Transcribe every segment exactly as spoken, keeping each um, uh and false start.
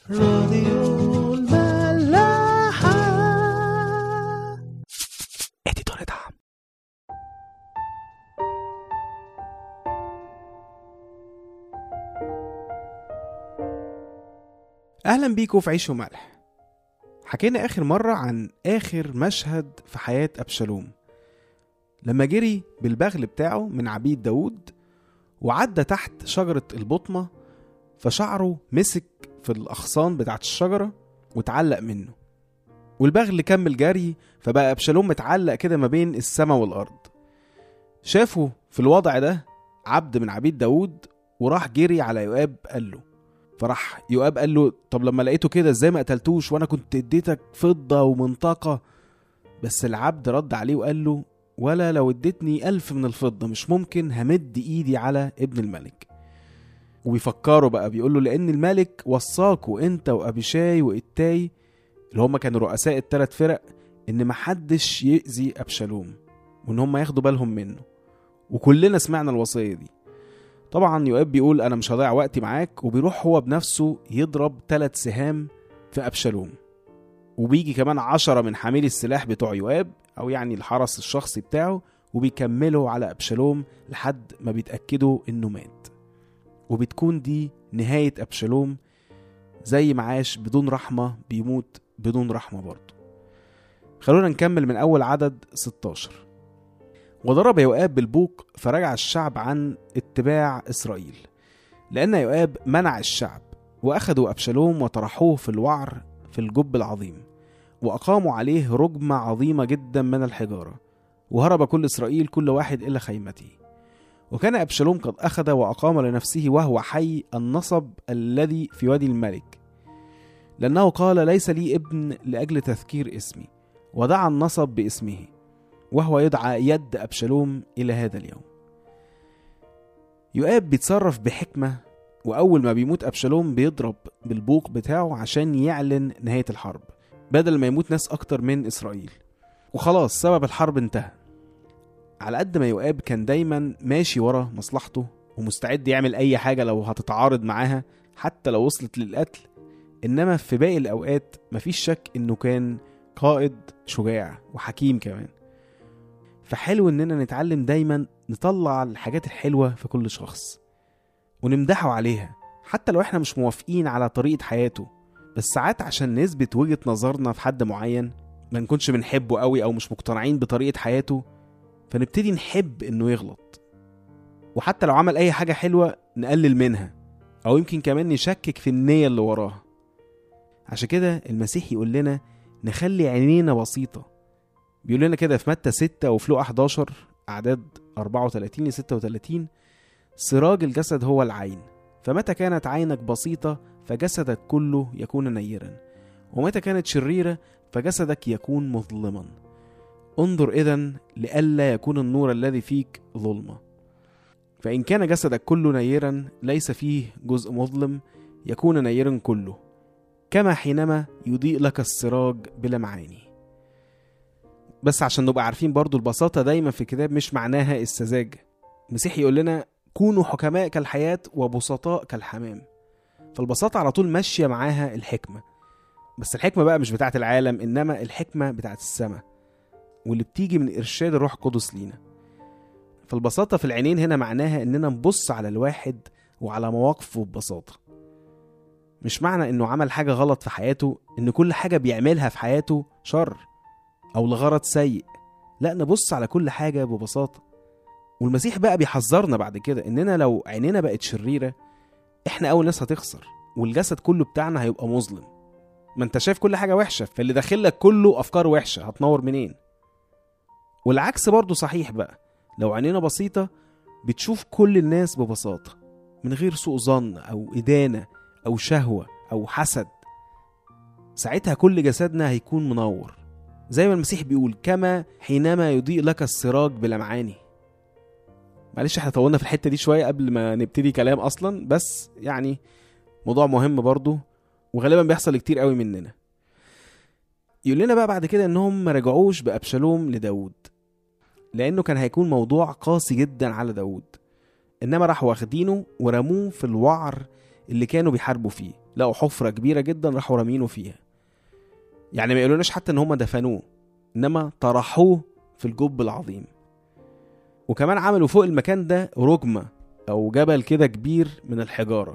راديو الملاحة. اديتور دعم. اهلا بيكم في عيش وملح. حكينا اخر مرة عن اخر مشهد في حياة ابشالوم لما جري بالبغل بتاعه من عبيد داود وعدى تحت شجرة البطمة، فشعره مسك في الأغصان بتاعت الشجرة وتعلق منه، والبغل كمل جري، فبقى أبشالوم متعلق كده ما بين السماء والأرض. شافه في الوضع ده عبد من عبيد داود وراح جري على يؤاب قال له، فراح يؤاب قال له طب لما لقيته كده ازاي ما قتلتوش وانا كنت اديتك فضة ومنطقة؟ بس العبد رد عليه وقال له ولا لو اديتني ألف من الفضة مش ممكن همد ايدي على ابن الملك. وبيفكروا بقى بيقول له لان الملك وصاكوا انت وابيشاي وإتاي اللي هم كانوا رؤساء الثلاث فرق ان محدش يأذي أبشالوم وان هم ياخدوا بالهم منه، وكلنا سمعنا الوصية دي. طبعا يؤاب بيقول انا مش هضيع وقتي معاك، وبيروح هو بنفسه يضرب ثلاث سهام في أبشالوم، وبيجي كمان عشرة من حاملي السلاح بتوع يؤاب او يعني الحرس الشخصي بتاعه وبيكملوا على أبشالوم لحد ما بيتأكدوا انه مات. وبتكون دي نهاية أبشالوم، زي ما عاش بدون رحمة بيموت بدون رحمة برضه. خلونا نكمل من أول عدد ستاشر. وضرب يؤاب بالبوق فرجع الشعب عن اتباع إسرائيل، لأن يؤاب منع الشعب، وأخذوا أبشالوم وطرحوه في الوعر في الجب العظيم، وأقاموا عليه رجمة عظيمة جدا من الحجارة، وهرب كل إسرائيل كل واحد إلى خيمته. وكان أبشالوم قد أخذ وأقام لنفسه وهو حي النصب الذي في وادي الملك، لأنه قال ليس لي ابن لأجل تذكير اسمي، ودعا النصب باسمه، وهو يدعى يد أبشالوم إلى هذا اليوم. يؤاب بيتصرف بحكمة، وأول ما بيموت أبشالوم بيضرب بالبوق بتاعه عشان يعلن نهاية الحرب بدل ما يموت ناس أكتر من إسرائيل، وخلاص سبب الحرب انتهى. على قد ما يؤاب كان دايما ماشي ورا مصلحته ومستعد يعمل أي حاجة لو هتتعارض معاها حتى لو وصلت للقتل، إنما في باقي الأوقات مفيش شك إنه كان قائد شجاع وحكيم كمان. فحلو إننا نتعلم دايما نطلع الحاجات الحلوة في كل شخص ونمدحه عليها حتى لو إحنا مش موافقين على طريقة حياته، بس ساعات عشان نثبت وجهة نظرنا في حد معين ما نكونش بنحبه قوي أو مش مقتنعين بطريقة حياته، فنبتدي نحب إنه يغلط، وحتى لو عمل أي حاجة حلوة نقلل منها أو يمكن كمان نشكك في النية اللي وراها. عشان كده المسيح يقول لنا نخلي عينينا بسيطة، بيقول لنا كده في متى ستة وفي لوقا حداشر أعداد أربعة وثلاثين لستة وثلاثين: سراج الجسد هو العين، فمتى كانت عينك بسيطة فجسدك كله يكون نيرا، ومتى كانت شريرة فجسدك يكون مظلما. انظر إذن لئلا يكون النور الذي فيك ظلمة، فإن كان جسدك كله نيرا ليس فيه جزء مظلم يكون نيرا كله، كما حينما يضيء لك السراج بلا معاني. بس عشان نبقى عارفين برضو البساطة دايما في الكتاب مش معناها السذاجة. المسيح يقول لنا كونوا حكماء كالحياة وبسطاء كالحمام، فالبساطة على طول ماشية معاها الحكمة، بس الحكمة بقى مش بتاعت العالم إنما الحكمة بتاعت السماء واللي بتيجي من إرشاد الروح القدس لينا. فالبساطة في العينين هنا معناها إننا نبص على الواحد وعلى مواقفه ببساطة. مش معنى إنه عمل حاجة غلط في حياته إن كل حاجة بيعملها في حياته شر أو لغرض سيء، لا، نبص على كل حاجة ببساطة. والمسيح بقى بيحذرنا بعد كده إننا لو عينينا بقت شريرة إحنا أول ناس هتخسر، والجسد كله بتاعنا هيبقى مظلم. ما انت شايف كل حاجة وحشة، فاللي داخلك كله أفكار وحشة، هتنور منين؟ والعكس برضو صحيح بقى، لو عينينا بسيطة بتشوف كل الناس ببساطة من غير سوء ظن أو إدانة أو شهوة أو حسد، ساعتها كل جسدنا هيكون منور زي ما المسيح بيقول كما حينما يضيء لك السراج بلمعانه. معلش احنا طولنا في الحتة دي شوية قبل ما نبتدي كلام أصلا، بس يعني موضوع مهم برضو وغالبا بيحصل كتير قوي مننا. يقول لنا بقى بعد كده انهم ما رجعوش بأبشالوم لداود لأنه كان هيكون موضوع قاسي جدا على داود، إنما راحوا واخدينه ورموه في الوعر اللي كانوا بيحاربوا فيه، لقوا حفرة كبيرة جدا راحوا رامينه فيها. يعني ما يقولوناش حتى ان هم دفنوه، انما طرحوه في الجب العظيم. وكمان عملوا فوق المكان ده رجمة او جبل كده كبير من الحجارة.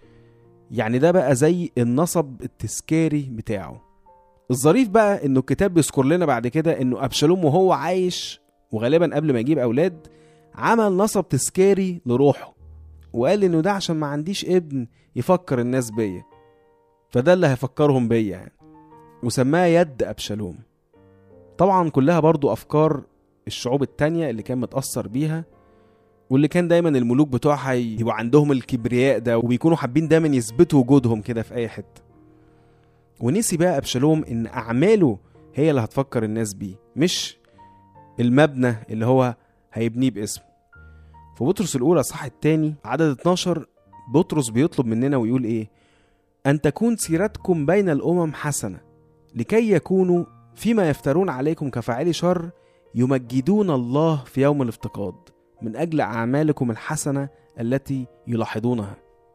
يعني ده بقى زي النصب التذكاري بتاعه. الظريف بقى انه الكتاب بيذكر لنا بعد كده انه ابشالوم وهو عايش وغالبا قبل ما يجيب اولاد عمل نصب تذكاري لروحه، وقال انه ده عشان ما عنديش ابن يفكر الناس بيا، فده اللي هيفكرهم بيا يعني، وسماه يد ابشالوم. طبعا كلها برضو افكار الشعوب التانية اللي كان متأثر بيها، واللي كان دايما الملوك بتوعها يبقوا عندهم الكبرياء ده وبيكونوا حابين دايما يثبتوا وجودهم كده في اي حتة. ونسي بقى ابشالوم ان اعماله هي اللي هتفكر الناس بيه، مش المبنى اللي هو هيبنيه باسمه. في بطرس الاولى صح التاني عدد اتناشر بطرس بيطلب مننا ويقول ايه؟ ان تكون سيرتكم بين الامم حسنة، لكي يكونوا فيما يفترون عليكم كفاعلي شر يمجدون الله في يوم الافتقاد من اجل اعمالكم الحسنة التي يلاحظونها.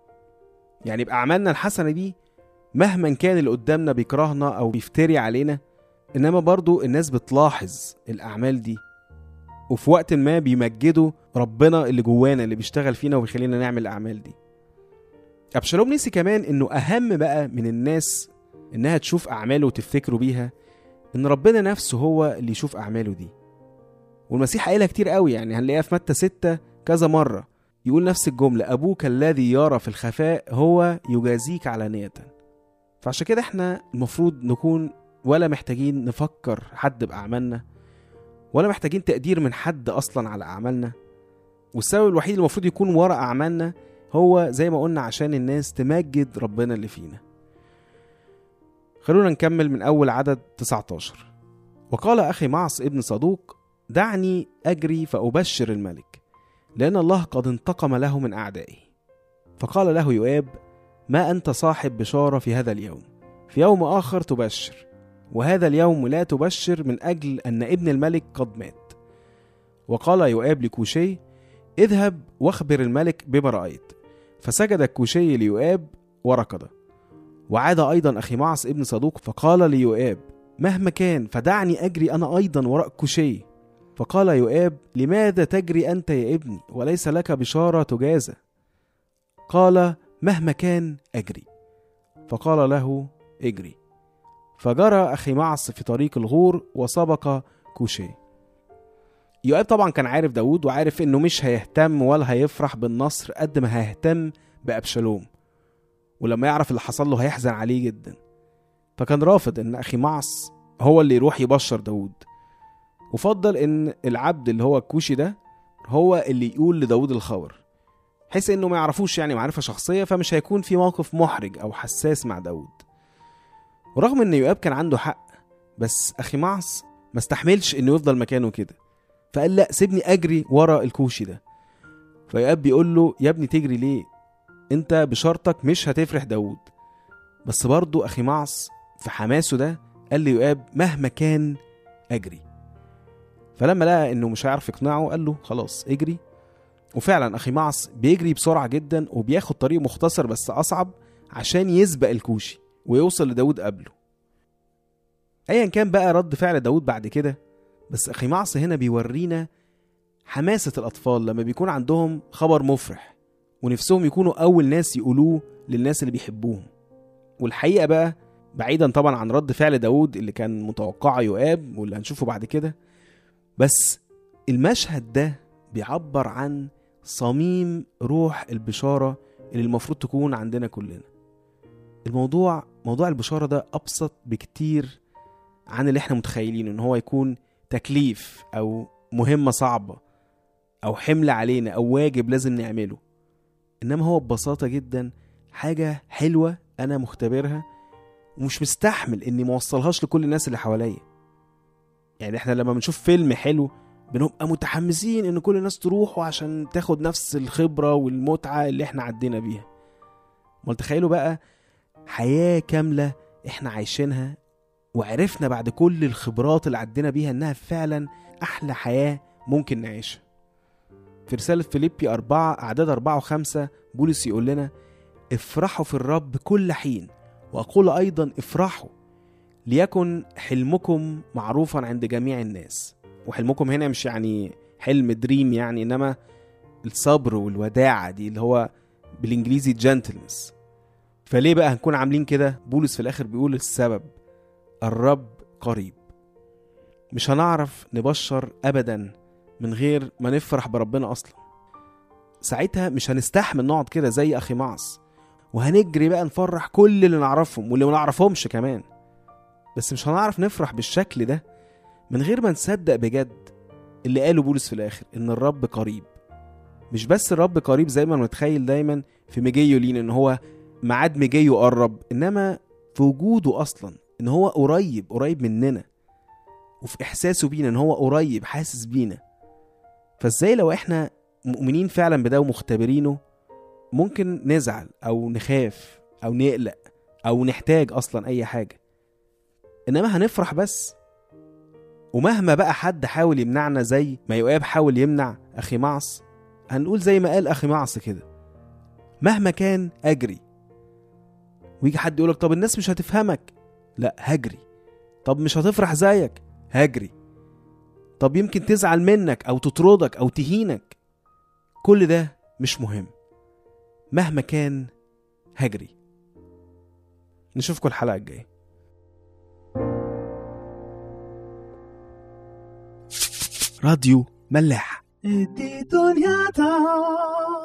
يعني باعمالنا الحسنة دي مهما كان اللي قدامنا بيكرهنا او بيفتري علينا، انما برضو الناس بتلاحظ الاعمال دي، وفي وقت ما بيمجدوا ربنا اللي جوانا اللي بيشتغل فينا وبيخلينا نعمل الاعمال دي. ابشالوم نسي كمان انه اهم بقى من الناس انها تشوف اعماله وتفتكروا بيها، ان ربنا نفسه هو اللي يشوف اعماله دي. والمسيح قايلها كتير قوي، يعني هنلاقيها في متى ستة كذا مرة يقول نفس الجملة: ابوك الذي يرى في الخفاء هو يجازيك علانية. فعشان كده احنا المفروض نكون ولا محتاجين نفكر حد بأعمالنا، ولا محتاجين تقدير من حد أصلا على أعمالنا. والسبب الوحيد اللي المفروض يكون وراء أعمالنا هو زي ما قلنا عشان الناس تمجد ربنا اللي فينا. خلونا نكمل من أول عدد تسعة عشر. وقال أخي معص ابن صدوق: دعني أجري فأبشر الملك، لأن الله قد انتقم له من أعدائه. فقال له يؤاب: ما أنت صاحب بشارة في هذا اليوم، في يوم آخر تبشر، وهذا اليوم لا تبشر من أجل أن ابن الملك قد مات. وقال يؤاب لكوشي: اذهب واخبر الملك بما رأيت. فسجد الكوشي ليؤاب وركض. وعاد أيضا أخي معص ابن صدوق فقال ليؤاب: مهما كان فدعني أجري أنا أيضا وراء كوشي. فقال يؤاب: لماذا تجري أنت يا ابني وليس لك بشارة تجازى؟ قال: مهما كان أجري. فقال له: اجري. فجرى أخي معص في طريق الغور وسبق كوشي. يؤاب طبعا كان عارف داود وعارف انه مش هيهتم ولا هيفرح بالنصر قد ما هيهتم بأبشالوم، ولما يعرف اللي حصل له هيحزن عليه جدا. فكان رافض ان أخي معص هو اللي يروح يبشر داود، وفضل ان العبد اللي هو الكوشي ده هو اللي يقول لداود الخبر، حيث انه ما يعرفوش يعني معرفة شخصية، فمش هيكون في موقف محرج او حساس مع داود. ورغم ان يؤاب كان عنده حق، بس أخي معص ما استحملش انه يفضل مكانه كده، فقال: لا، سيبني اجري ورا الكوشي ده. فيؤاب بيقول له: يا ابني تجري ليه؟ انت بشرطك مش هتفرح داود. بس برضو أخي معص في حماسه ده قال لي يؤاب: مهما كان اجري. فلما لقى انه مش هيعرف يقنعه قال له: خلاص اجري. وفعلا أخي معص بيجري بسرعة جدا وبياخد طريق مختصر بس أصعب عشان يسبق الكوشي ويوصل لداود قبله. أيا كان بقى رد فعل داود بعد كده، بس أخي معص هنا بيورينا حماسة الأطفال لما بيكون عندهم خبر مفرح ونفسهم يكونوا أول ناس يقولوه للناس اللي بيحبوهم. والحقيقة بقى بعيدا طبعا عن رد فعل داود اللي كان متوقعه يؤاب واللي هنشوفه بعد كده، بس المشهد ده بيعبر عن صميم روح البشارة اللي المفروض تكون عندنا كلنا. الموضوع موضوع البشارة ده أبسط بكتير عن اللي احنا متخيلين ان هو يكون تكليف او مهمة صعبة او حمل علينا او واجب لازم نعمله. انما هو ببساطة جدا حاجة حلوة انا مختبرها ومش مستحمل اني موصلهاش لكل الناس اللي حواليا. يعني احنا لما بنشوف فيلم حلو بنبقى متحمسين ان كل الناس تروحوا عشان تاخد نفس الخبرة والمتعة اللي احنا عدينا بيها. ما تخيلوا بقى حياة كاملة احنا عايشينها وعرفنا بعد كل الخبرات اللي عدينا بيها انها فعلا احلى حياة ممكن نعيشها. في رسالة فيليبي أربعة أعداد أربعة وخمسة بولس يقول لنا: افرحوا في الرب كل حين، وأقول أيضا افرحوا، ليكن حلمكم معروفا عند جميع الناس. وحلمكم هنا مش يعني حلم دريم يعني، إنما الصبر والوداعة دي اللي هو بالإنجليزي gentleness. فليه بقى هنكون عاملين كده؟ بولس في الآخر بيقول السبب: الرب قريب. مش هنعرف نبشر أبدا من غير ما نفرح بربنا أصلا. ساعتها مش هنستحمل نقعد كده زي أخي معص، وهنجري بقى نفرح كل اللي نعرفهم واللي ما نعرفهمش كمان. بس مش هنعرف نفرح بالشكل ده من غير ما نصدق بجد اللي قاله بولس في الآخر، إن الرب قريب. مش بس الرب قريب زي ما نتخيل دايما في مجيه لين إن هو معاد مجيه قرب، إنما في وجوده أصلا إن هو قريب قريب مننا، وفي إحساسه بينا إن هو قريب حاسس بينا. فإزاي لو إحنا مؤمنين فعلا بده ومختبرينه ممكن نزعل أو نخاف أو نقلق أو نحتاج أصلا أي حاجة؟ إنما هنفرح بس. ومهما بقى حد حاول يمنعنا زي ما يؤاب حاول يمنع أخي معص، هنقول زي ما قال أخي معص كده: مهما كان أجري. ويجي حد يقولك طب الناس مش هتفهمك، لا هجري. طب مش هتفرح زيك، هجري. طب يمكن تزعل منك أو تطردك أو تهينك، كل ده مش مهم. مهما كان هجري. نشوفكم الحلقة الجاية. راديو ملاح.